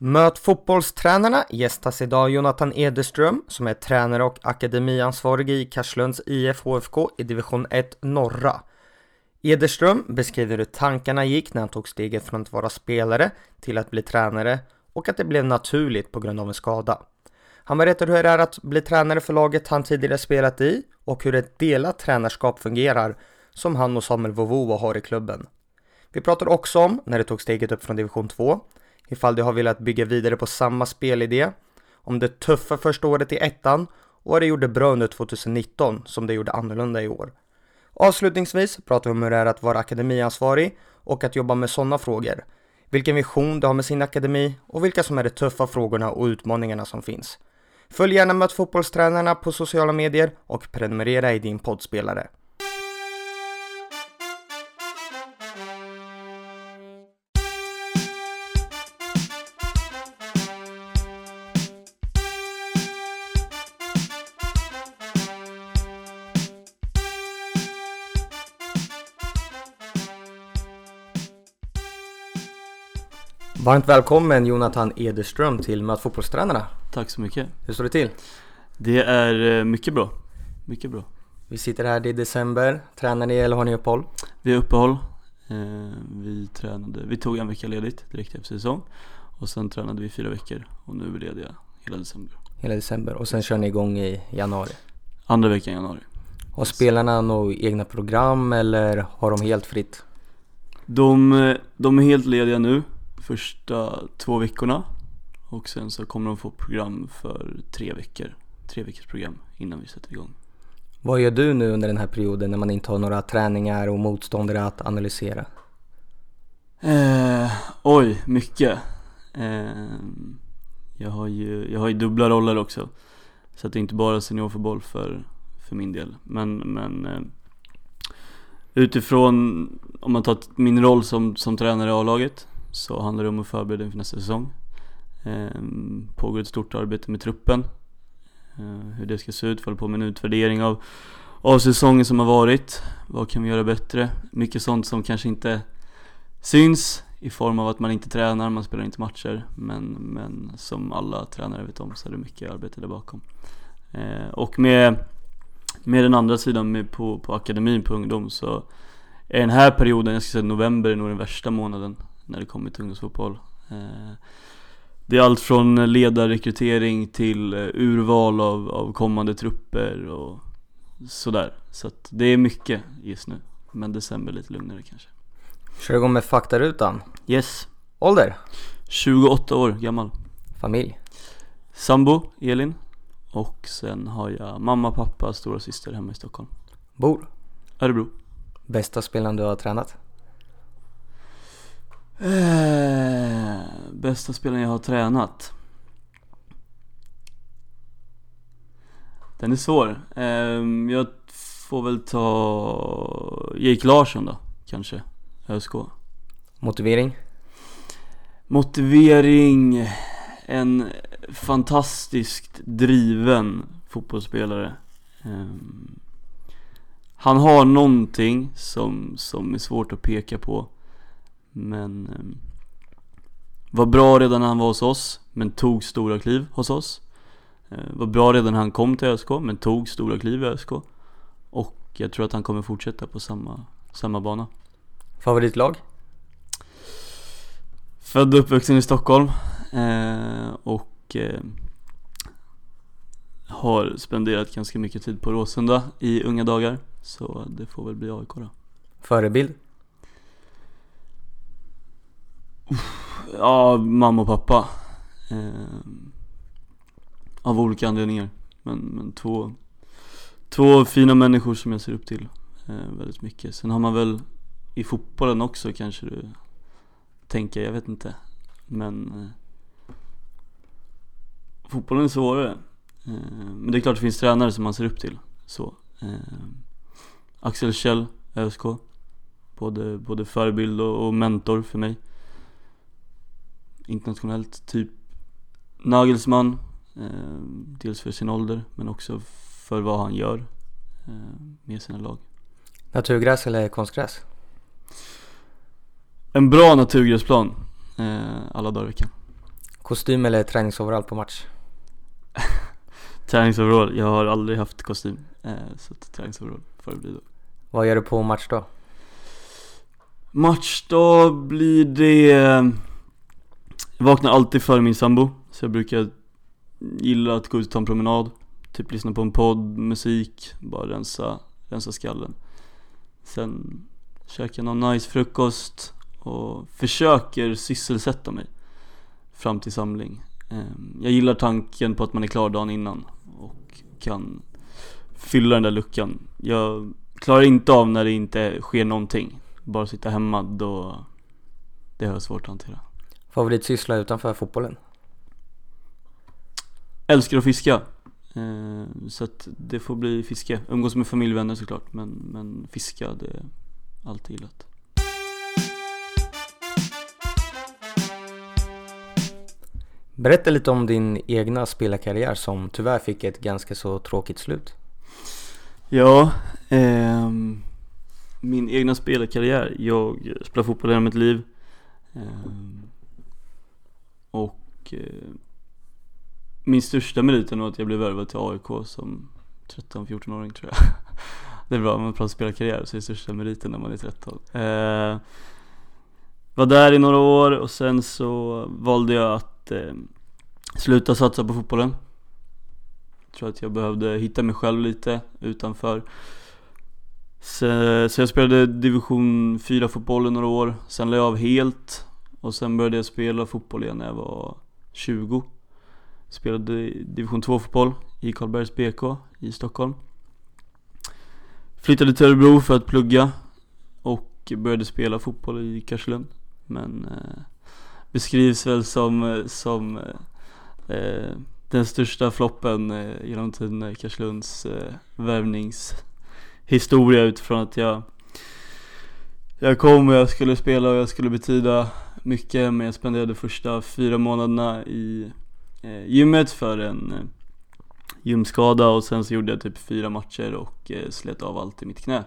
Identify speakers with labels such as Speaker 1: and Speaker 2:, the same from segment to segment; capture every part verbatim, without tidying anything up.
Speaker 1: Möt fotbollstränarna gästas idag Jonathan Ederström som är tränare och akademiansvarig i Karlslunds I F H F K i division ett norra. Ederström beskriver hur tankarna gick när han tog steget från att vara spelare till att bli tränare och att det blev naturligt på grund av en skada. Han berättar hur det är att bli tränare för laget han tidigare spelat i och hur ett delat tränarskap fungerar som han och Samuel Vovoa har i klubben. Vi pratar också om när det tog steget upp från division två, ifall de har velat bygga vidare på samma spelidé, om det tuffa första året i ettan och vad det gjorde bra under tjugonitton som det gjorde annorlunda i år. Avslutningsvis pratar vi om hur det är att vara akademiansvarig och att jobba med sådana frågor. Vilken vision de har med sin akademi och vilka som är de tuffa frågorna och utmaningarna som finns. Följ gärna Möt fotbollstränarna på sociala medier och prenumerera i din poddspelare. Varmt välkommen Jonathan Ederström till Möt fotbollstränarna.
Speaker 2: Tack så mycket.
Speaker 1: Hur står det till?
Speaker 2: Det är mycket bra. Mycket bra.
Speaker 1: Vi sitter här i december. Tränar ni eller har ni uppehåll?
Speaker 2: Vi har uppehåll. Vi tränade. Vi tog en vecka ledigt direkt efter säsong. Och sen tränade vi fyra veckor. Och nu är vi lediga hela december.
Speaker 1: Hela december. Och sen kör ni igång i januari?
Speaker 2: Andra veckan i januari.
Speaker 1: Har spelarna några egna program eller har de helt fritt?
Speaker 2: De, de är helt lediga nu. Första två veckorna. Och sen så kommer de få program för tre veckor. Tre veckors program innan vi sätter igång.
Speaker 1: Vad gör du nu under den här perioden när man inte har några träningar och motståndare att analysera?
Speaker 2: Eh, oj, mycket. Eh, jag, har ju, jag har ju dubbla roller också. Så att det är inte bara seniorfotboll för, för min del. Men, men eh, utifrån, om man tar min roll som, som tränare i A-laget, så handlar det om att förbereda inför nästa säsong. Eh, pågår ett stort arbete med truppen. Eh, hur det ska se ut. Håller på med en utvärdering av, av säsongen som har varit. Vad kan vi göra bättre? Mycket sånt som kanske inte syns i form av att man inte tränar, man spelar inte matcher. Men, men som alla tränare vet om så är det mycket arbete där bakom. Eh, och med, med den andra sidan med på, på akademin på ungdom, så är den här perioden, jag ska säga november, är nog den värsta månaden när det kommer till ungdomsfotboll. Eh, det är allt från ledarrekrytering till urval av, av kommande trupper och sådär. Så att det är mycket just nu. Men december lite lugnare kanske.
Speaker 1: Kör igång med faktarutan.
Speaker 2: Yes.
Speaker 1: Ålder?
Speaker 2: tjugoåtta år gammal.
Speaker 1: Familj?
Speaker 2: Sambo, Elin. Och sen har jag mamma, pappa, stora syster hemma i Stockholm.
Speaker 1: Bor?
Speaker 2: Örebro.
Speaker 1: Bästa spelaren du har tränat?
Speaker 2: Eh, bästa spelaren jag har tränat. Den är svår. eh, Jag får väl ta Jake Larsson då, kanske. ÖSK.
Speaker 1: Motivering?
Speaker 2: Motivering. En fantastiskt driven fotbollsspelare. eh, Han har någonting som, som är svårt att peka på. Men eh, var bra redan när han var hos oss, men tog stora kliv hos oss. eh, Var bra redan när han kom till ÖSK, men tog stora kliv i ÖSK. Och jag tror att han kommer fortsätta på samma, samma bana.
Speaker 1: Favoritlag?
Speaker 2: Född och uppvuxen i Stockholm. eh, Och eh, har spenderat ganska mycket tid på Råsunda i unga dagar. Så det får väl bli A I K då.
Speaker 1: Förebild?
Speaker 2: Ja, mamma och pappa. eh, Av olika anledningar. Men, men två Två fina människor som jag ser upp till eh, väldigt mycket. Sen har man väl i fotbollen också, kanske du tänker, jag vet inte. Men eh, fotbollen är svårare. eh, Men det är klart det finns tränare som man ser upp till. Så eh, Axel Kjell, ÖSK. Både, både förebild och, och mentor för mig. Internationellt, typ Nagelsmann, eh, dels för sin ålder men också för vad han gör eh, med sina lag.
Speaker 1: Naturgräs eller konstgräs?
Speaker 2: En bra naturgräsplan eh, alla dagar i veckan.
Speaker 1: Kostym eller träningsoverall på match?
Speaker 2: Träningsoverall, jag har aldrig haft kostym, eh, så träningsoverall får det bli då.
Speaker 1: Vad gör du på match då?
Speaker 2: Match då blir det... Jag vaknar alltid före min sambo, så jag brukar gilla att gå ut och ta en promenad. Typ lyssna på en podd, musik, bara rensa, rensa skallen. Sen käkar någon nice frukost och försöker sysselsätta mig fram till samling. Jag gillar tanken på att man är klar dagen innan och kan fylla den där luckan. Jag klarar inte av när det inte sker någonting. Bara sitta hemma, då det är svårt att hantera.
Speaker 1: Favoritsyssla utanför fotbollen?
Speaker 2: Älskar att fiska. Eh, så att det får bli fiske. Umgås med familjevänner såklart, men, men fiska, det är alltid gillat.
Speaker 1: Berätta lite om din egna spelarkarriär som tyvärr fick ett ganska så tråkigt slut.
Speaker 2: Ja, eh, min egna spelarkarriär. Jag spelar fotboll hela mitt liv. Eh, och eh, min största merit är nog att jag blev värvad till A I K som tretton-fjorton-åring, tror jag. Det är bra, om man pratar spelarkarriär så är det största meriten när man är tretton. Eh, var där i några år och sen så valde jag att eh, sluta satsa på fotbollen. Jag tror att jag behövde hitta mig själv lite utanför. Så, så jag spelade division fyra fotboll i några år. Sen lade jag av helt. Och sen började jag spela fotboll igen när jag var tjugo. Spelade division två fotboll i Karlbergs B K i Stockholm. Flyttade till Örebro för att plugga. Och började spela fotboll i Karlslund. Men eh, beskrivs väl som, som eh, den största floppen eh, genom tiden i Karlslunds eh, värvningshistoria, utifrån att jag jag kom och jag skulle spela och jag skulle betyda mycket, men jag spenderade första fyra månaderna i eh, gymmet för en eh, gymskada, och sen så gjorde jag typ fyra matcher och eh, slet av allt i mitt knä.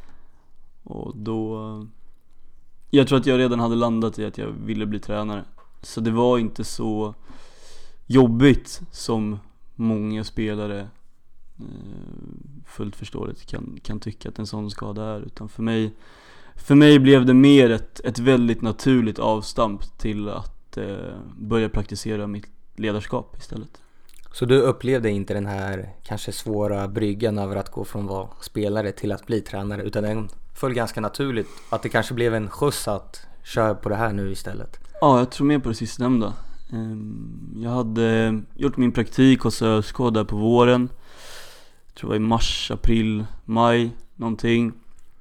Speaker 2: Och då jag tror att jag redan hade landat i att jag ville bli tränare. Så det var inte så jobbigt som många spelare eh, fullt förståeligt kan, kan tycka att en sån skada är. Utan för mig, för mig blev det mer ett, ett väldigt naturligt avstamp till att eh, börja praktisera mitt ledarskap istället.
Speaker 1: Så du upplevde inte den här kanske svåra bryggan över att gå från att vara spelare till att bli tränare, utan den föll ganska naturligt, att det kanske blev en skjuts att köra på det här nu istället?
Speaker 2: Ja, jag tror mer på det sistnämnda. Jag hade gjort min praktik hos ÖSK där på våren. Jag tror det var i mars, april, maj någonting.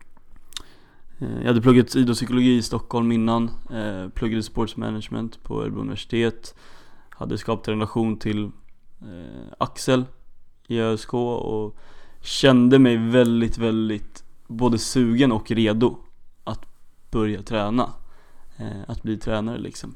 Speaker 2: Jag hade pluggat idrottspsykologi i Stockholm innan. Pluggade sportsmanagement på Örebro universitet. Hade skapat en relation till Axel i ÖSK och kände mig väldigt, väldigt både sugen och redo att börja träna. Att bli tränare liksom.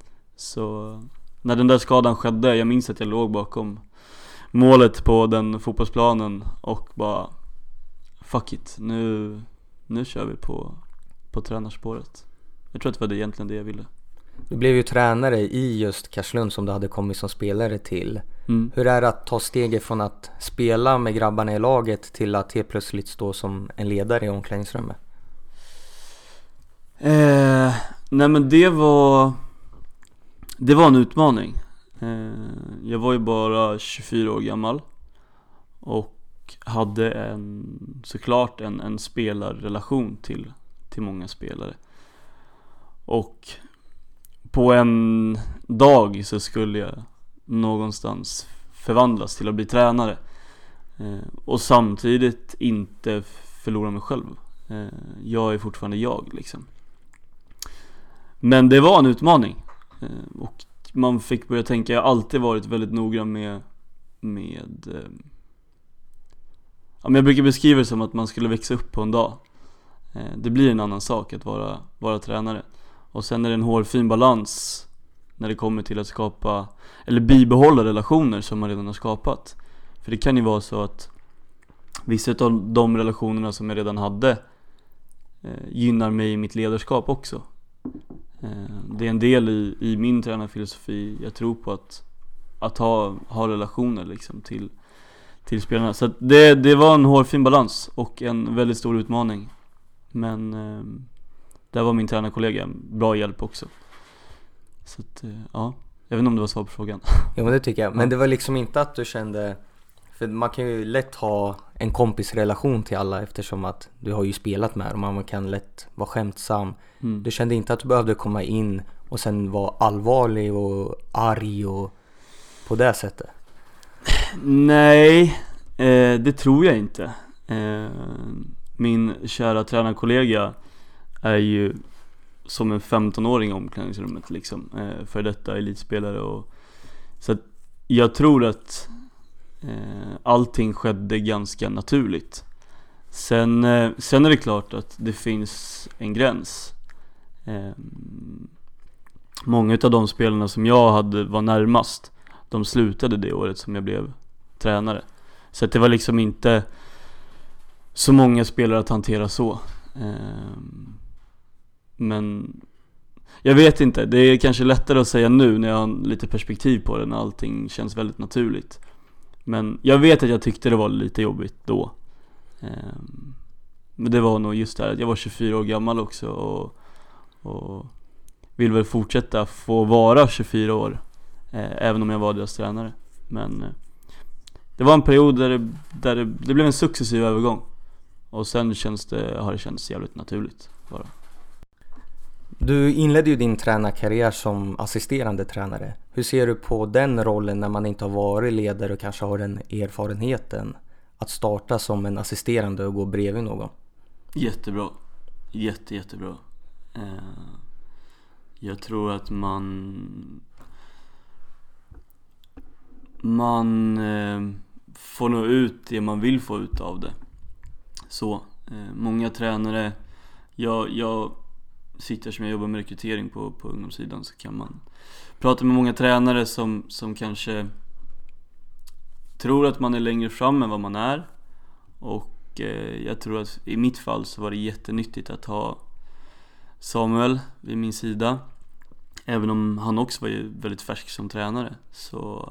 Speaker 2: Så när den där skadan skedde, jag minns att jag låg bakom målet på den fotbollsplanen och bara fuck it, nu, nu kör vi på, på tränarspåret. Jag tror att det var det, egentligen det jag ville.
Speaker 1: Du blev ju tränare i just Karlslund som du hade kommit som spelare till.
Speaker 2: Mm.
Speaker 1: Hur är det att ta steget från att spela med grabbarna i laget till att helt plötsligt stå som en ledare i omklädningsrummet?
Speaker 2: Eh, nej men det var Det var en utmaning. eh, Jag var ju bara tjugofyra år gammal och hade en, såklart en, en spelarrelation till, till många spelare. Och på en dag så skulle jag någonstans förvandlas till att bli tränare, eh, och samtidigt inte förlora mig själv. eh, Jag är fortfarande jag liksom. Men det var en utmaning, eh, och man fick börja tänka. Jag har alltid varit väldigt noggrann med med eh, ja, men jag brukar beskriva det som att man skulle växa upp på en dag. eh, Det blir en annan sak att vara, vara tränare. Och sen är det en hårfin balans när det kommer till att skapa eller bibehålla relationer som man redan har skapat. För det kan ju vara så att vissa av de relationerna som jag redan hade eh, gynnar mig i mitt ledarskap också. Det är en del i, i min tränarfilosofi. Jag tror på att, att ha, ha relationer liksom till, till spelarna. Så att det, det var en hårfin balans och en väldigt stor utmaning. Men eh, där var min tränarkollega bra hjälp också. Så att, eh, ja, jag vet inte om det var svar på frågan.
Speaker 1: Jo, men det tycker jag. Men det var liksom inte att du kände... För man kan ju lätt ha en kompisrelation till alla eftersom att du har ju spelat med dem och man kan lätt vara skämtsam. Mm. Du kände inte att du behövde komma in och sen vara allvarlig och arg och på det sättet?
Speaker 2: Nej, eh, det tror jag inte. Eh, min kära tränarkollega är ju som en femton-åring i omklädningsrummet liksom, eh, för detta elitspelare och så att jag tror att eh, allting skedde ganska naturligt. Sen, eh, sen är det klart att det finns en gräns. Eh, många av de spelarna som jag hade var närmast, de slutade det året som jag blev tränare. Så att det var liksom inte så många spelare att hantera så. Eh, Men jag vet inte, det är kanske lättare att säga nu när jag har lite perspektiv på det, när allting känns väldigt naturligt. Men jag vet att jag tyckte det var lite jobbigt då. Men det var nog just det här, jag var tjugofyra år gammal också och, och vill väl fortsätta få vara tjugofyra år, även om jag var deras tränare. Men det var en period där det, där det, det blev en successiv övergång. Och sen känns det, har det känts jävligt naturligt bara.
Speaker 1: Du inledde ju din tränarkarriär som assisterande tränare. Hur ser du på den rollen när man inte har varit ledare och kanske har den erfarenheten att starta som en assisterande och gå bredvid någon?
Speaker 2: Jättebra. Jätte, jättebra. Jag tror att man man får nå ut det man vill få ut av det. Så, många tränare, jag, jag sitter som jag jobbar med rekrytering på, på ungdomssidan, så kan man prata med många tränare som, som kanske tror att man är längre fram än vad man är. Och eh, jag tror att i mitt fall så var det jättenyttigt att ha Samuel vid min sida, även om han också var ju väldigt färsk som tränare. Så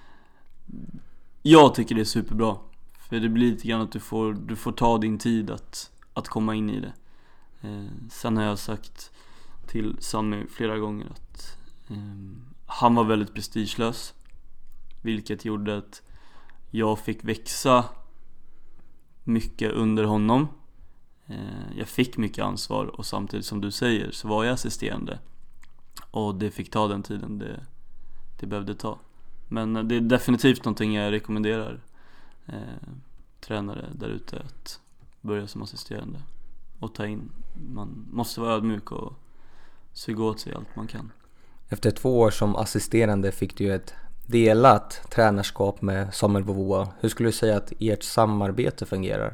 Speaker 2: jag tycker det är superbra, för det blir lite grann att du får, du får ta din tid att, att komma in i det. Eh, sen har jag sagt till Sami flera gånger att eh, han var väldigt prestigelös, vilket gjorde att jag fick växa mycket under honom. eh, Jag fick mycket ansvar och samtidigt som du säger så var jag assisterande, och det fick ta den tiden det, det behövde ta. Men det är definitivt någonting jag rekommenderar eh, tränare där ute, att börja som assisterande och ta in. Man måste vara ödmjuk och suga åt sig allt man kan.
Speaker 1: Efter två år som assisterande fick du ett delat tränarskap med Samuel Vuvua. Hur skulle du säga att ert samarbete fungerar?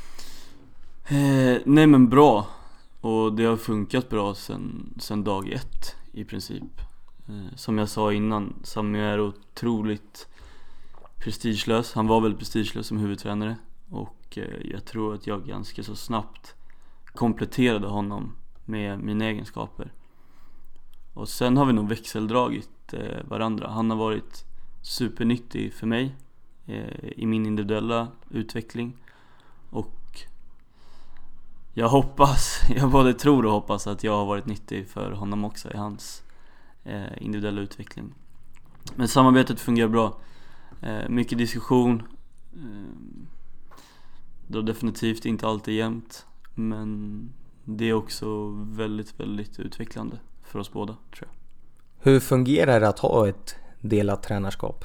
Speaker 2: Eh, nej men bra. Och det har funkat bra sen, sen dag ett i princip. Eh, som jag sa innan, Sami är otroligt prestigelös. Han var väldigt prestigelös som huvudtränare. Och eh, jag tror att jag ganska så snabbt kompletterade honom med mina egenskaper. Och sen har vi nog växeldragit eh, varandra. Han har varit supernyttig för mig eh, i min individuella utveckling. Och jag hoppas, jag både tror och hoppas att jag har varit nyttig för honom också i hans eh, individuella utveckling. Men samarbetet fungerar bra. Eh, mycket diskussion. Eh, det är definitivt inte alltid jämnt. Men det är också väldigt, väldigt utvecklande för oss båda, tror jag.
Speaker 1: Hur fungerar det att ha ett delat tränarskap?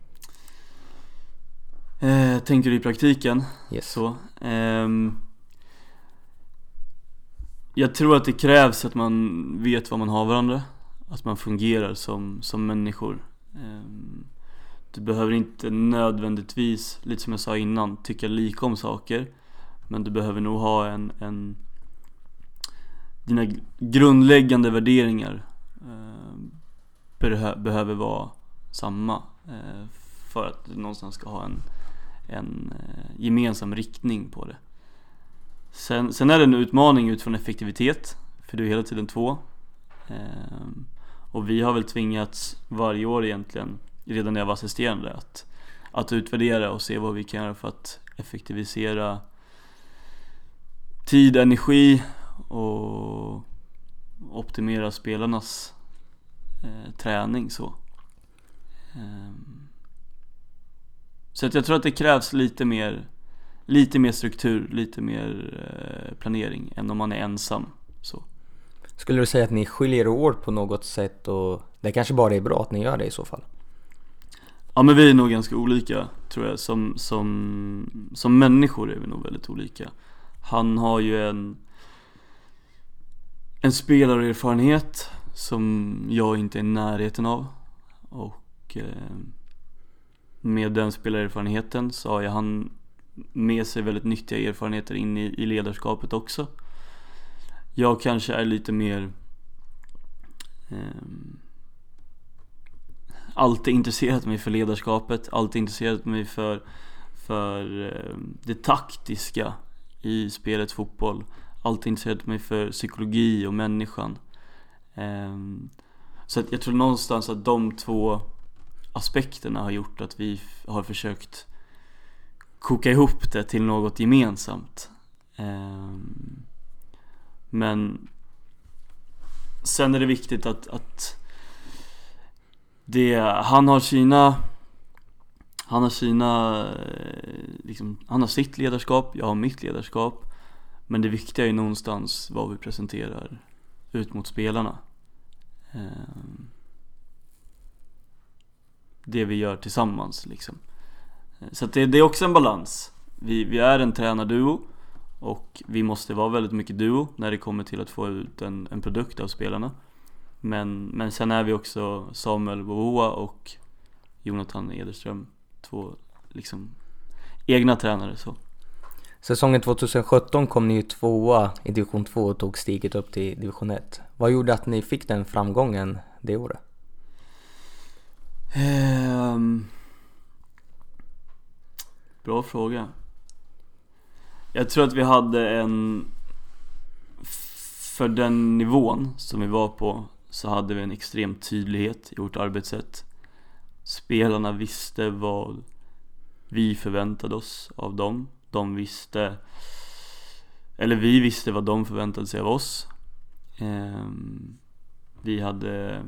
Speaker 2: Eh, tänker du i praktiken?
Speaker 1: Yes.
Speaker 2: Så, ehm, jag tror att det krävs att man vet vad man har varandra. Att man fungerar som, som människor. Ehm, du behöver inte nödvändigtvis, lite som jag sa innan, tycka lika om saker. Men du behöver nog ha en, en dina grundläggande värderingar eh, behö, behöver vara samma eh, för att du någonstans ska ha en, en eh, gemensam riktning på det. Sen, sen är det en utmaning utifrån effektivitet, för du är hela tiden två. Ehm, och vi har väl tvingats varje år egentligen, redan när jag var assisterande, att, att utvärdera och se vad vi kan göra för att effektivisera tid, energi och optimera spelarnas eh, träning så. Ehm, så att jag tror att det krävs lite mer lite mer struktur, lite mer eh, planering än om man är ensam så.
Speaker 1: Skulle du säga att ni skiljer år på något sätt, och det kanske bara är bra att ni gör det i så fall?
Speaker 2: Ja, men vi är nog ganska olika, tror jag. Som, som, som människor är vi nog väldigt olika. Han har ju en en spelarerfarenhet som jag inte är i närheten av. Och eh, med den spelarerfarenheten så har han med sig väldigt nyttiga erfarenheter in i, i ledarskapet också. Jag kanske är lite mer eh, alltid intresserat mig för ledarskapet, alltid intresserat mig för, för eh, det taktiska i spelet fotboll, alltid intresserat mig för psykologi och människan. eh, Så att jag tror någonstans att de två aspekterna har gjort att vi har försökt koka ihop det till något gemensamt. eh, Men sen är det viktigt att, att det, han har sina Han har sina liksom, han har sitt ledarskap, jag har mitt ledarskap. Men det viktiga är någonstans vad vi presenterar ut mot spelarna. Det vi gör tillsammans liksom. Så att det, det är också en balans. Vi, vi är en tränarduo, och vi måste vara väldigt mycket duo när det kommer till att få ut en, en produkt av spelarna. Men, men sen är vi också Samuel Bovoa och Jonathan Ederström, två liksom egna tränare så.
Speaker 1: Säsongen tjugohundrasjutton kom ni ju tvåa i division två och tog steget upp till division ett. Vad gjorde att ni fick den framgången det året?
Speaker 2: Um, bra fråga. Jag tror att vi hade en, för den nivån som vi var på, så hade vi en extrem tydlighet i vårt arbetssätt. Spelarna visste vad vi förväntade oss av dem. De visste, eller vi visste vad de förväntade sig av oss. Ehm, vi hade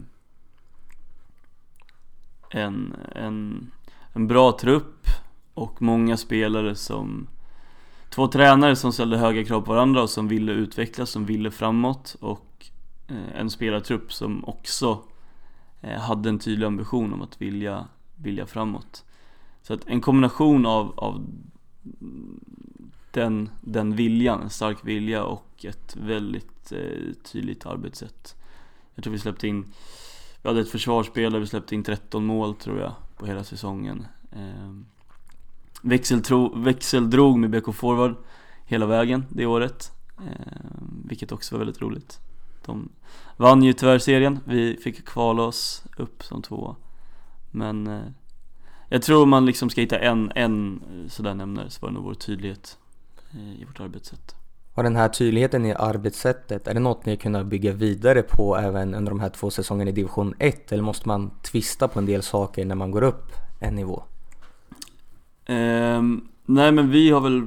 Speaker 2: en, en, en bra trupp och många spelare som Två tränare som ställde höga krav på varandra och som ville utvecklas, som ville framåt, och eh, en spelartrupp som också eh, hade en tydlig ambition om att vilja, vilja framåt. Så att en kombination av, av den, den viljan, en stark vilja och ett väldigt eh, tydligt arbetssätt. Jag tror vi släppte in, vi hade ett försvarsspel där vi släppte in tretton mål tror jag på hela säsongen. Eh, Växeltro, växeldrog med B K Forward hela vägen det året, eh, vilket också var väldigt roligt. De vann ju tyvärr serien, vi fick kvala oss upp som två. Men eh, jag tror man liksom ska hitta en, en sådär nämnare, så var det nog vår tydlighet eh, i vårt arbetssätt.
Speaker 1: Och den här tydligheten i arbetssättet, är det något ni kunnat bygga vidare på även under de här två säsongerna i division ett, eller måste man twista på en del saker när man går upp en nivå?
Speaker 2: Eh, nej men vi har väl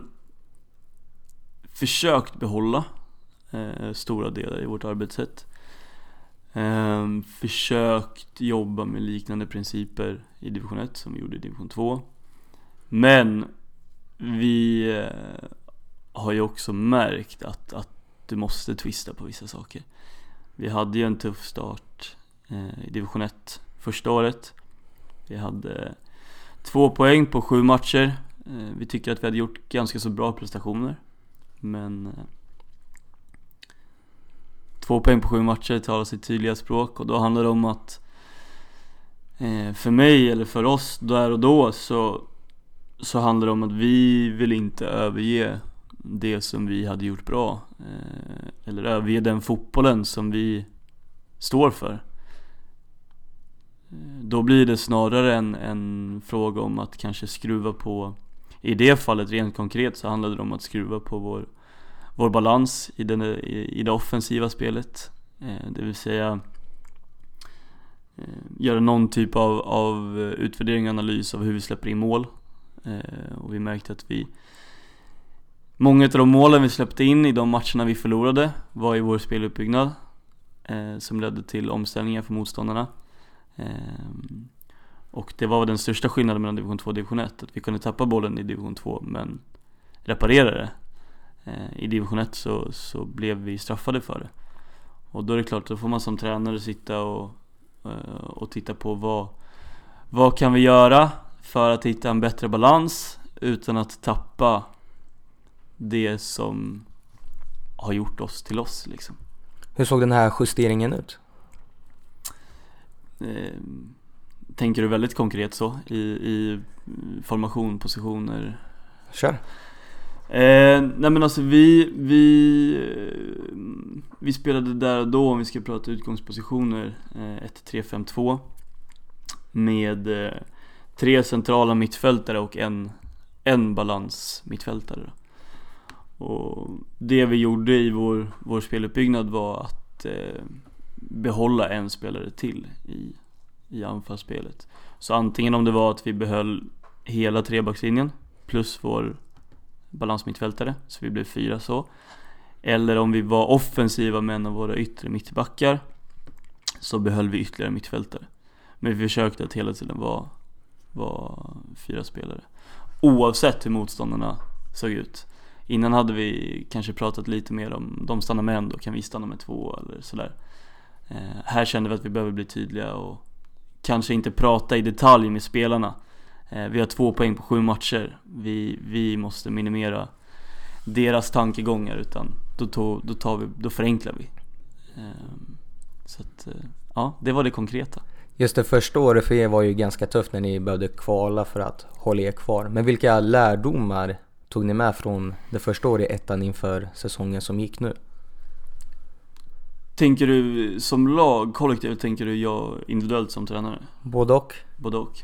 Speaker 2: försökt behålla eh, stora delar i vårt arbetssätt. Eh, försökt jobba med liknande principer i division ett som vi gjorde i division två. Men vi eh, har ju också märkt att, att du måste twista på vissa saker. Vi hade ju en tuff start eh, i division ett första året. Vi hade två poäng på sju matcher. Vi tycker att vi hade gjort ganska så bra prestationer. Men två poäng på sju matcher talar sitt tydliga språk. Och då handlar det om att för mig eller för oss där och då så, så handlar det om att vi vill inte överge det som vi hade gjort bra. Eller överge den fotbollen som vi står för. Då blir det snarare en, en fråga om att kanske skruva på, i det fallet rent konkret så handlade det om att skruva på vår, vår balans i, den, i, i det offensiva spelet. Eh, det vill säga eh, göra någon typ av, av utvärdering och analys av hur vi släpper in mål. Eh, och vi märkte att vi många av de målen vi släppte in i de matcherna vi förlorade var i vår speluppbyggnad, eh, som ledde till omställningar för motståndarna. Eh, och det var den största skillnaden mellan division två och division ett, att vi kunde tappa bollen i division två men reparera det. Eh, I division ett så, så blev vi straffade för det. Och då är det klart, då får man som tränare sitta och, eh, och titta på vad, vad kan vi göra för att hitta en bättre balans utan att tappa det som har gjort oss till oss liksom.
Speaker 1: Hur såg den här justeringen ut?
Speaker 2: Eh, tänker du väldigt konkret så i, i formation, positioner?
Speaker 1: Kör.
Speaker 2: Eh, nej men alltså vi vi vi spelade där och då, om vi ska prata utgångspositioner, eh, ett tre fem två med eh, tre centrala mittfältare och en en balans mittfältare då. Och det vi gjorde i vår, vår speluppbyggnad var att eh, behålla en spelare till i, i anfallsspelet. Så antingen om det var att vi behöll hela trebackslinjen plus vår balansmittfältare, så vi blev fyra så. Eller om vi var offensiva med en av våra yttre mittbackar, så behöll vi ytterligare mittfältare. Men vi försökte att hela tiden vara, vara fyra spelare, oavsett hur motståndarna såg ut. Innan hade vi kanske pratat lite mer om de stannar med en, då kan vi stanna med två eller sådär. Eh, här kände vi att vi behöver bli tydliga och kanske inte prata i detalj med spelarna. Eh, vi har två poäng på sju matcher. Vi, vi måste minimera deras tankegångar, utan då, tog, då, tar vi, då förenklar vi. Eh, så att, eh, ja, det var det konkreta.
Speaker 1: Just det första året för er var ju ganska tufft när ni behövde kvala för att hålla er kvar. Men vilka lärdomar tog ni med från det första året i ettan inför säsongen som gick nu?
Speaker 2: Tänker du som lag, kollektivt, tänker du jag individuellt som tränare?
Speaker 1: Både och.
Speaker 2: Både och.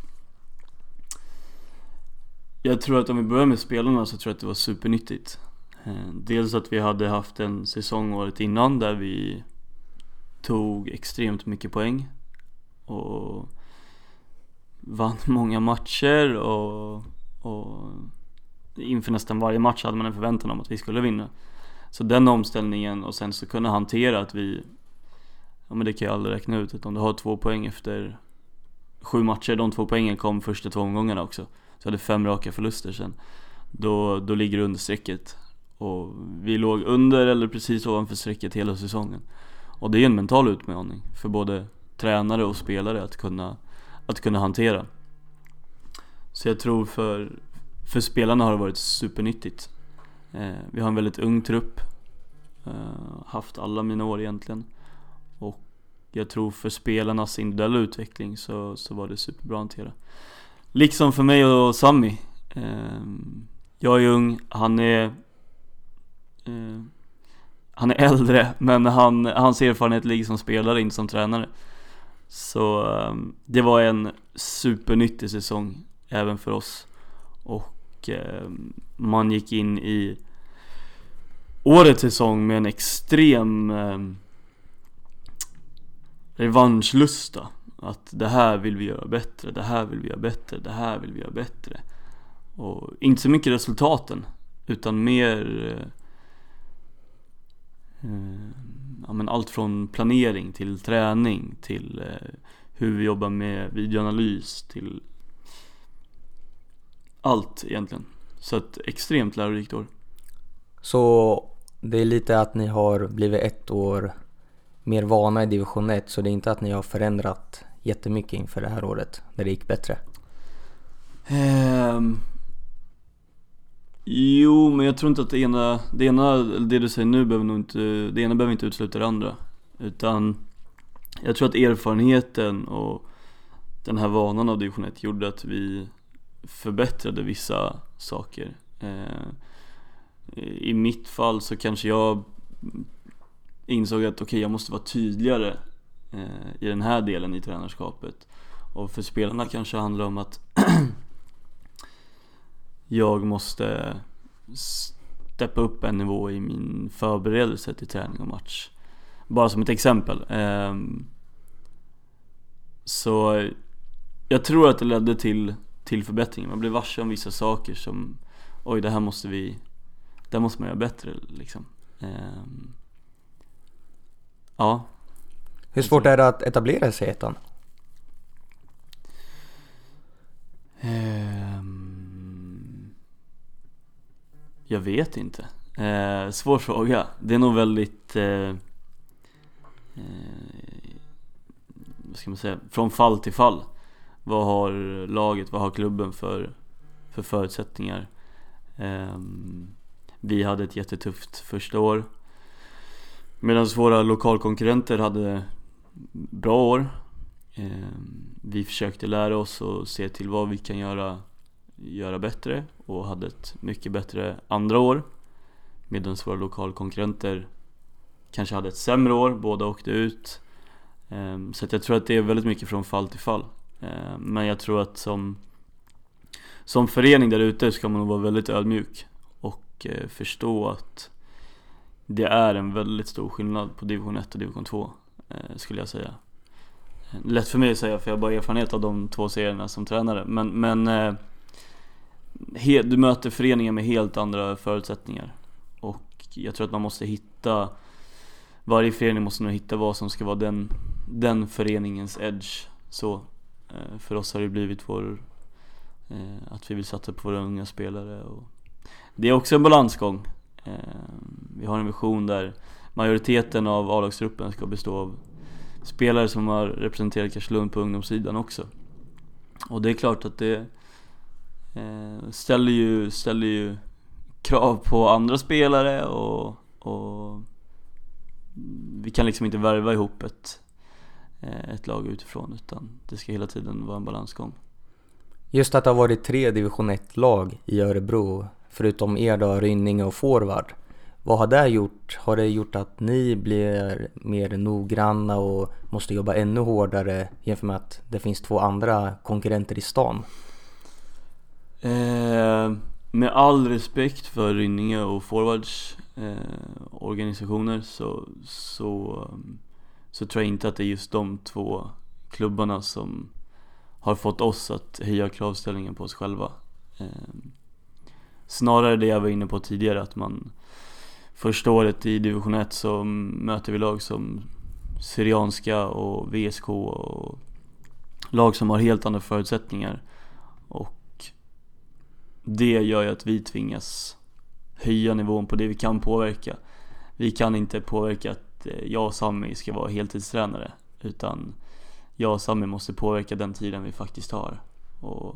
Speaker 2: Jag tror att om vi börjar med spelarna så tror jag att det var supernyttigt. Dels att vi hade haft en säsong året innan där vi tog extremt mycket poäng och vann många matcher, och, och inför nästan varje match hade man en förväntan om att vi skulle vinna. Så den omställningen, och sen så kunna hantera att vi, ja men det kan jag aldrig räkna ut, att om du har två poäng efter sju matcher, de två poängen kom första två omgångarna också, så hade fem raka förluster sen, då, då ligger du under strecket. Och vi låg under eller precis ovanför strecket hela säsongen. Och det är en mental utmaning för både tränare och spelare att kunna, att kunna hantera. Så jag tror för, för spelarna har det varit supernyttigt. eh, Vi har en väldigt ung trupp, eh, haft alla mina år egentligen. Och jag tror för spelarnas individuella utveckling så, så var det superbra att hantera. Liksom för mig och Sami. eh, Jag är ung, han är Uh, han är äldre, men han, hans erfarenhet ligger som spelare, inte som tränare. Så um, det var en supernyttig säsong även för oss. Och uh, man gick in i årets säsong med en extrem uh, revanschlusta. Att det här vill vi göra bättre, det här vill vi göra bättre, det här vill vi göra bättre. Och inte så mycket resultaten, utan mer uh, Uh, ja, men allt från planering till träning till uh, hur vi jobbar med videoanalys till allt egentligen. Så ett extremt lärorikt år.
Speaker 1: Så det är lite att ni har blivit ett år mer vana i division ett, så det är inte att ni har förändrat jättemycket inför det här året där det gick bättre?
Speaker 2: Um, Jo, men jag tror inte att det ena, det ena, det du säger nu behöver nog inte, det ena behöver inte utesluta det andra. Utan jag tror att erfarenheten och den här vanan av division ett gjorde att vi förbättrade vissa saker. Eh, I mitt fall så kanske jag insåg att okej, okay, jag måste vara tydligare eh, i den här delen i tränarskapet. Och för spelarna kanske handlar om att jag måste steppa upp en nivå i min förberedelse till träning och match. Bara som ett exempel. Så jag tror att det ledde till, till förbättring. Man blev varse om vissa saker som, oj, det här måste vi, det måste man göra bättre liksom. Ehm, ja.
Speaker 1: Hur svårt är det att etablera sig i ettan?
Speaker 2: Ehm, jag vet inte. Eh, svår fråga. Det är nog väldigt eh, eh, vad ska man säga, från fall till fall. Vad har laget, vad har klubben för, för förutsättningar? Eh, vi hade ett jättetufft första år, medan våra lokalkonkurrenter hade bra år. eh, Vi försökte lära oss och se till vad vi kan göra, göra bättre, och hade ett mycket bättre andra år, medan våra lokalkonkurrenter kanske hade ett sämre år, båda åkte ut. Så att jag tror att det är väldigt mycket från fall till fall. Men jag tror att som, som förening där ute ska man nog vara väldigt ödmjuk och förstå att det är en väldigt stor skillnad på division ett och division två, skulle jag säga. Lätt för mig att säga, för jag har bara erfarenhet av de två serierna som tränare. Men, men he, du möter föreningar med helt andra förutsättningar. Och jag tror att man måste hitta, varje förening måste nog hitta vad som ska vara den, den föreningens edge. Så eh, för oss har det blivit vår, eh, att vi vill satsa på våra unga spelare, och det är också en balansgång. eh, Vi har en vision där majoriteten av A-lagsgruppen ska bestå av spelare som har representerat Karlslund på ungdomssidan också. Och det är klart att det eh, ställer ju, ställer ju krav på andra spelare, och, och vi kan liksom inte värva ihop ett, ett lag utifrån, utan det ska hela tiden vara en balansgång.
Speaker 1: Just att det har varit tre division ett-lag i Örebro, förutom er då, Rynninge och Forward. Vad har det gjort? Har det gjort att ni blir mer noggranna och måste jobba ännu hårdare jämfört med att det finns två andra konkurrenter i stan?
Speaker 2: Eh, med all respekt för Rynninge och Forwards eh, organisationer så, så, så tror jag inte att det är just de två klubbarna som har fått oss att höja kravställningen på oss själva. Eh, snarare det jag var inne på tidigare, att man första året i division ett så möter vi lag som Syrianska och V S K och lag som har helt andra förutsättningar, och det gör ju att vi tvingas höja nivån på det vi kan påverka. Vi kan inte påverka att jag och Sami ska vara heltidstränare, utan jag och Sami måste påverka den tiden vi faktiskt har. Och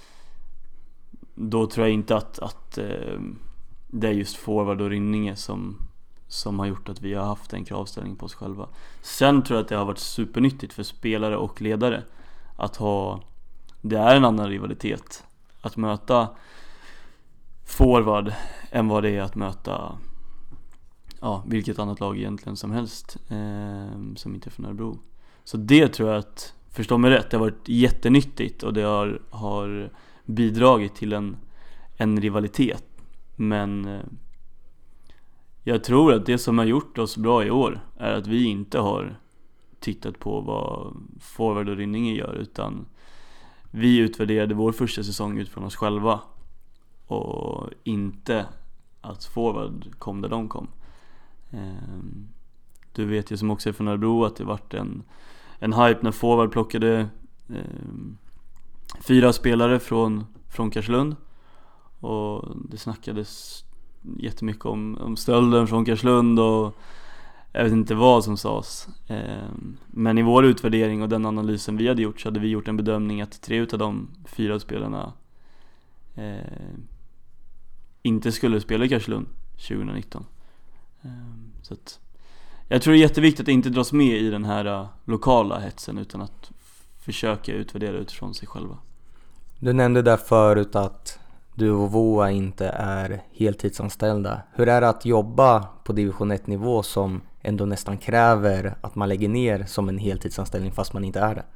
Speaker 2: då tror jag inte att, att det är just Forward och Rynninge som, som har gjort att vi har haft en kravställning på oss själva. Sen tror jag att det har varit supernyttigt för spelare och ledare att ha, det är en annan rivalitet att möta Forward än vad det är att möta ja, vilket annat lag egentligen som helst eh, som inte är från Örebro. Så det tror jag att, förstå mig rätt, det har varit jättenyttigt, och det har, har bidragit till en, en rivalitet. Men eh, jag tror att det som har gjort oss bra i år är att vi inte har tittat på vad Forward och Rynninge gör, utan vi utvärderade vår första säsong utifrån oss själva, och inte att Forward kom där de kom. ehm, Du vet ju som också är från Örebro att det vart en, en hype när Forward plockade ehm, fyra spelare från, från Karlslund, och det snackades jättemycket om, om stölden från Karlslund och jag vet inte vad som sades. Men i vår utvärdering och den analysen vi hade gjort, så hade vi gjort en bedömning att tre utav de fyra spelarna eh, inte skulle spela i Karlslund tjugonitton. Så att jag tror det är jätteviktigt att inte dras med i den här lokala hetsen, utan att försöka utvärdera utifrån sig själva.
Speaker 1: Du nämnde där förut att du och Voa inte är heltidsanställda. Hur är det att jobba på division ett-nivå som ändå nästan kräver att man lägger ner som en heltidsanställning fast man inte är det?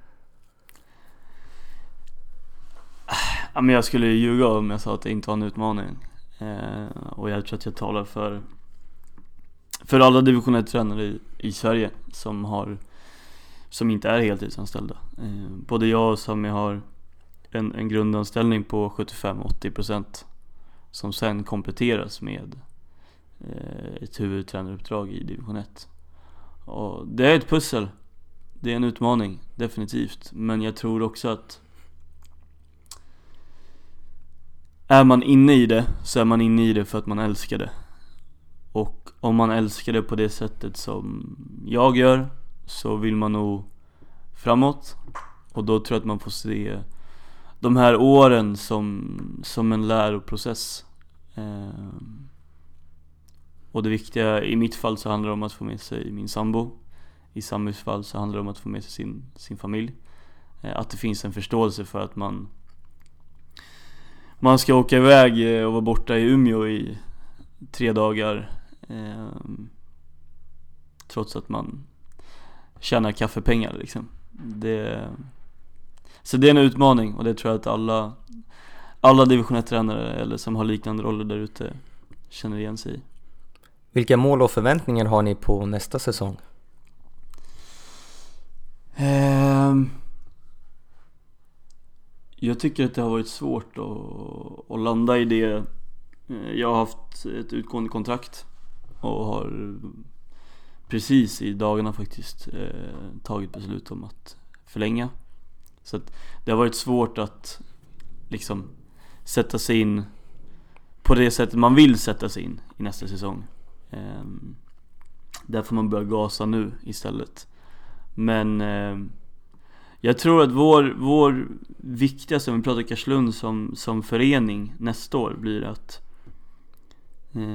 Speaker 2: Ja, men jag skulle ljuga om jag sa att det inte var en utmaning. Eh, och jag tror att jag talar för för alla division ett-tränare i, i Sverige som har som inte är heltidsanställda. Eh, både jag och Sami har en, en grundanställning på sjuttiofem till åttio procent som sen kompletteras med eh, ett huvudtränaruppdrag i division ett. Och det är ett pussel. Det är en utmaning, definitivt. Men jag tror också att är man inne i det, så är man inne i det för att man älskar det. Och om man älskar det på det sättet som jag gör, så vill man nog framåt. Och då tror jag att man får se de här åren som, som en läroprocess. eh, Och det viktiga i mitt fall så handlar det om att få med sig min sambo. I Samis fall så handlar det om att få med sig sin, sin familj. eh, Att det finns en förståelse för att man Man ska åka iväg och vara borta i Umeå i tre dagar eh, trots att man tjänar kaffepengar liksom. det, Så det är en utmaning, och det tror jag att alla Alla division ett-tränare eller som har liknande roller där ute känner igen sig i.
Speaker 1: Vilka mål och förväntningar har ni på nästa säsong?
Speaker 2: Eh, jag tycker att det har varit svårt att, att landa i det. Jag har haft ett utgående kontrakt och har precis i dagarna faktiskt eh, tagit beslut om att förlänga. Så att det har varit svårt att liksom sätta sig in på det sättet man vill sätta sig in i nästa säsong. eh, Där får man börja gasa nu istället. Men eh, jag tror att vår, vår viktigaste, om vi pratar Karlslund som, som förening nästa år, blir att eh,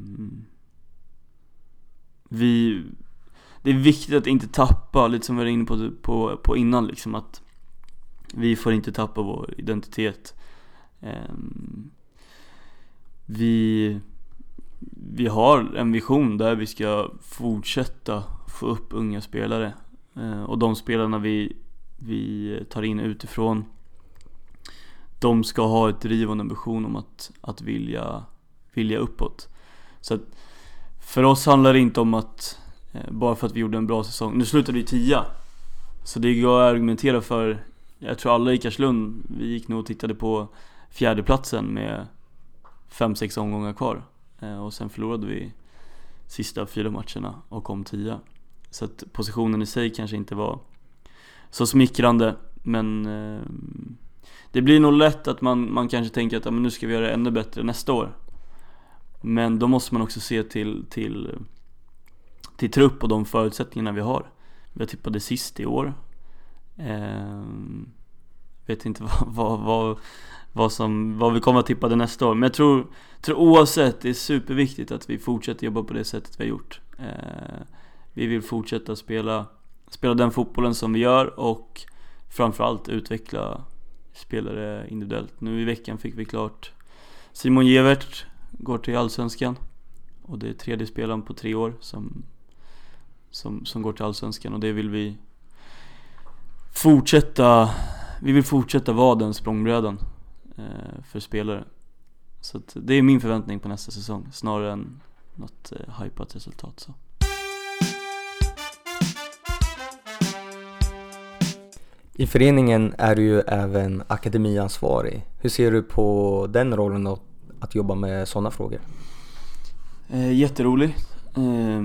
Speaker 2: vi det är viktigt att inte tappa, lite som vi var inne på, på, på innan liksom, att vi får inte tappa vår identitet. eh, vi vi har en vision där vi ska fortsätta få upp unga spelare, eh, och de spelarna vi vi tar in utifrån, de ska ha ett driv och en ambition om att, att vilja, vilja uppåt. Så att för oss handlar det inte om att eh, bara för att vi gjorde en bra säsong, nu slutade vi tia, så det går att argumentera för. Jag tror alla i Karlslund, vi gick nog och tittade på fjärdeplatsen med fem sex omgångar kvar, eh, och sen förlorade vi sista fyra matcherna och kom tia. Så att positionen i sig kanske inte var så smickrande, men eh, det blir nog lätt att man, man kanske tänker att ja, men nu ska vi göra det ännu bättre nästa år. Men då måste man också se till, till, till trupp och de förutsättningarna vi har. Vi har tippade sist i år. eh, Vet inte vad, vad, vad, vad, som, vad vi kommer att tippa det nästa år. Men jag tror, tror oavsett, det är superviktigt att vi fortsätter jobba på det sättet vi har gjort. eh, Vi vill fortsätta spela Spela den fotbollen som vi gör, och framförallt utveckla spelare individuellt. Nu i veckan fick vi klart Simon Gevert går till Allsvenskan, och det är tredje spelaren på tre år som, som, som går till Allsvenskan, och det vill vi fortsätta Vi vill fortsätta vara den språngbrädan eh, för spelare. Så att det är min förväntning på nästa säsong, snarare än något eh, hypat resultat så.
Speaker 1: I föreningen är du ju även akademiansvarig. Hur ser du på den rollen att, att jobba med sådana frågor?
Speaker 2: Eh, jätterolig. Eh,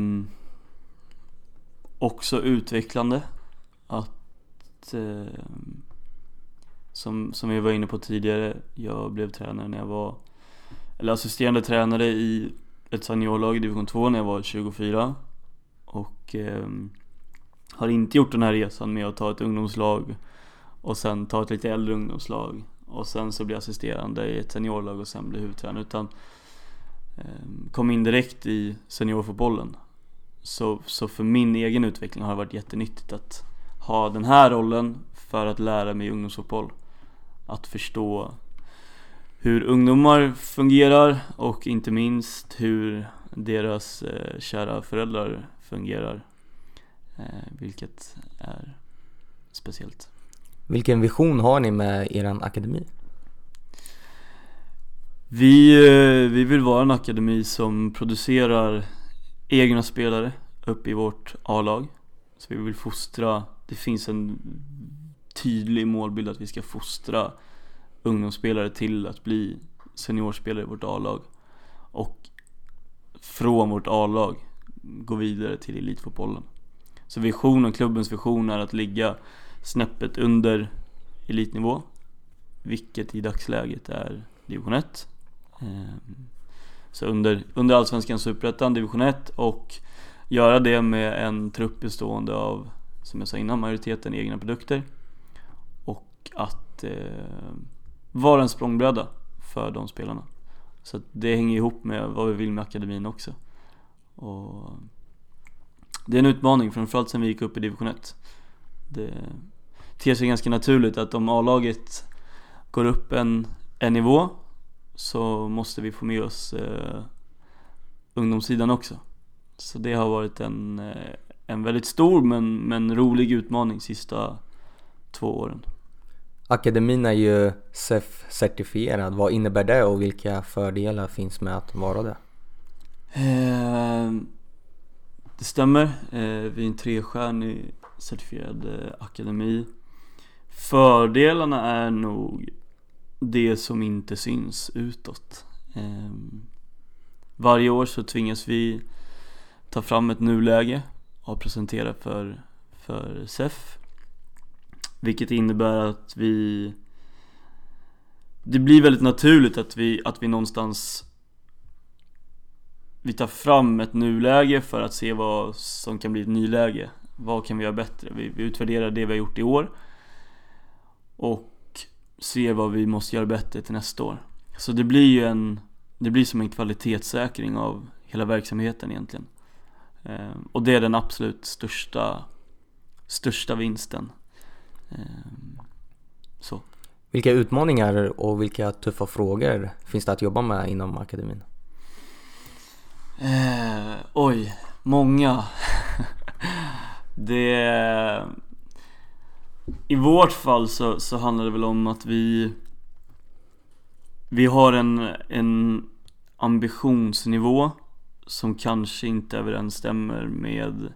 Speaker 2: också utvecklande. Att eh, som, som jag var inne på tidigare, jag blev tränare när jag var eller assisterande tränare i ett seniorlag i division två när jag var tjugofyra. Och eh, har inte gjort den här resan med att ta ett ungdomslag och sen ta ett lite äldre ungdomslag och sen så bli assisterande i ett seniorlag och sen bli huvudtränare, utan eh, kom in direkt i seniorfotbollen. Så, så för min egen utveckling har det varit jättenyttigt att ha den här rollen för att lära mig ungdomsfotboll. Att förstå hur ungdomar fungerar och inte minst hur deras eh, kära föräldrar fungerar. Eh, vilket är speciellt.
Speaker 1: Vilken vision har ni med er akademi?
Speaker 2: Vi, eh, vi vill vara en akademi som producerar egna spelare upp i vårt A-lag. Så vi vill fostra det finns en tydlig målbild att vi ska fostra ungdomsspelare till att bli seniorspelare i vårt A-lag och från vårt A-lag gå vidare till elitfotbollen. Så visionen, klubbens vision är att ligga snäppet under elitnivå, vilket i dagsläget är division ett. Så under, under Allsvenskan, Superettan, division ett, och göra det med en trupp bestående av, som jag sa innan, majoriteten egna produkter, och att eh, vara en språngbräda för de spelarna. Så att det hänger ihop med vad vi vill med akademin också. Och det är en utmaning, framförallt sen vi gick upp i division ett. Det ter sig ganska naturligt att om A-laget går upp en, en nivå, så måste vi få med oss eh, ungdomssidan också. Så det har varit en, eh, en väldigt stor men, men rolig utmaning sista två åren.
Speaker 1: Akademin är ju S E F-certifierad. Vad innebär det och vilka fördelar finns med att vara det?
Speaker 2: Eh, det stämmer. Eh, vi är en trestjärnig certifierad eh, akademi. Fördelarna är nog det som inte syns utåt. Eh, varje år så tvingas vi ta fram ett nuläge och presentera för, för S E F, vilket innebär att vi det blir väldigt naturligt att vi, att vi någonstans vi tar fram ett nuläge för att se vad som kan bli ett nyläge. Vad kan vi göra bättre? Vi, vi utvärderar det vi har gjort i år och ser vad vi måste göra bättre till nästa år. Så det blir ju en det blir som en kvalitetssäkring av hela verksamheten egentligen. Eh, och det är den absolut största största vinsten. Eh, så.
Speaker 1: Vilka utmaningar och vilka tuffa frågor finns det att jobba med inom akademin?
Speaker 2: Eh, oj, många. det I vårt fall så, så handlar det väl om att vi vi har en, en ambitionsnivå som kanske inte överensstämmer med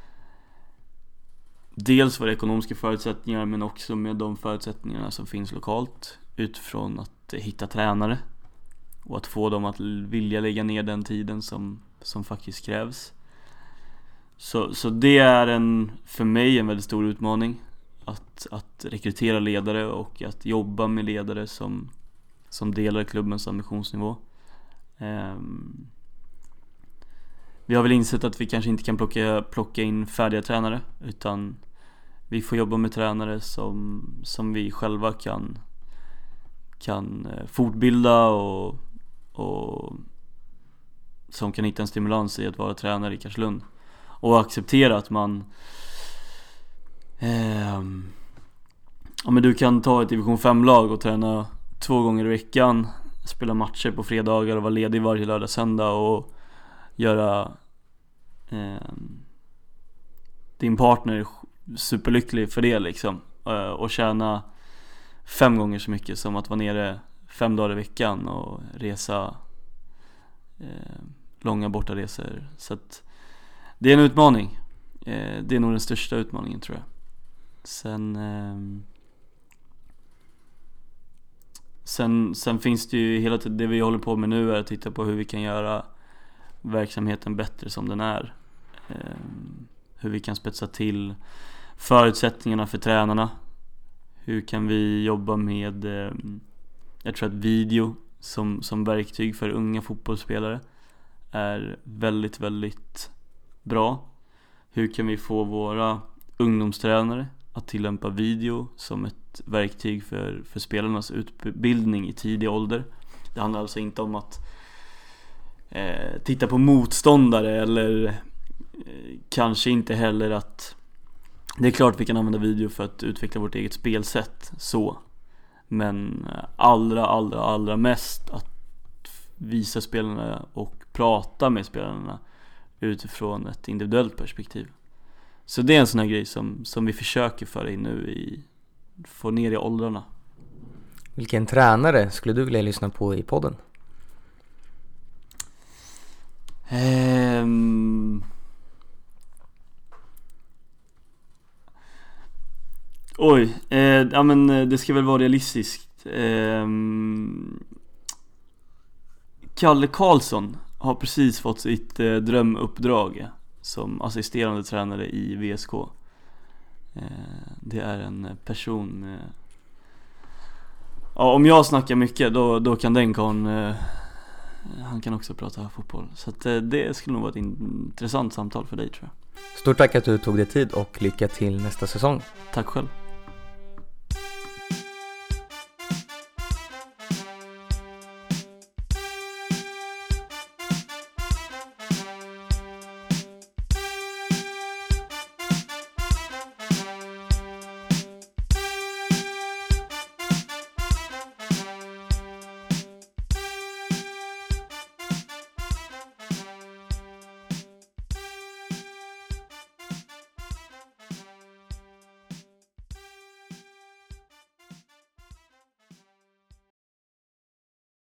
Speaker 2: dels våra ekonomiska förutsättningar, men också med de förutsättningarna som finns lokalt, utifrån att hitta tränare och att få dem att vilja lägga ner den tiden som, som faktiskt krävs. Så, så det är en, för mig en väldigt stor utmaning att, att rekrytera ledare och att jobba med ledare som, som delar klubbens ambitionsnivå. Um, vi har väl insett att vi kanske inte kan plocka, plocka in färdiga tränare, utan vi får jobba med tränare som, som vi själva kan, kan fortbilda och, och som kan hitta en stimulans i att vara tränare i Karlslund och acceptera att man eh, ja, men du kan ta ett division fem-lag och träna två gånger i veckan, spela matcher på fredagar och vara ledig varje lördag söndag och göra eh, din partner superlycklig för det liksom, och tjäna fem gånger så mycket som att vara nere fem dagar i veckan och resa eh, långa bortaresor. Så att det är en utmaning. eh, Det är nog den största utmaningen, tror jag. Sen eh, sen, sen finns det ju hela tiden, det vi håller på med nu är att titta på hur vi kan göra verksamheten bättre som den är. eh, Hur vi kan spetsa till förutsättningarna för tränarna. Hur kan vi jobba med eh, jag tror att video som, som verktyg för unga fotbollsspelare är väldigt, väldigt bra. Hur kan vi få våra ungdomstränare att tillämpa video som ett verktyg för, för spelarnas utbildning i tidig ålder. Det handlar alltså inte om att eh, titta på motståndare, eller eh, kanske inte heller att det är klart vi kan använda video för att utveckla vårt eget spelsätt så. Men allra, allra, allra mest att visa spelarna och prata med spelarna utifrån ett individuellt perspektiv. Så det är en sån här grej som, som vi försöker föra in nu i, få ner i åldrarna.
Speaker 1: Vilken tränare skulle du vilja lyssna på i podden?
Speaker 2: Ehm... Oj, eh, ja men det ska väl vara realistiskt. eh, Kalle Karlsson har precis fått sitt eh, drömuppdrag som assisterande tränare i V S K. eh, Det är en person med... Ja, om jag snackar mycket då, då kan den kan eh, han kan också prata fotboll. Så att, eh, det skulle nog vara ett intressant samtal för dig, tror jag.
Speaker 1: Stort tack att du tog dig tid och lycka till nästa säsong.
Speaker 2: Tack själv.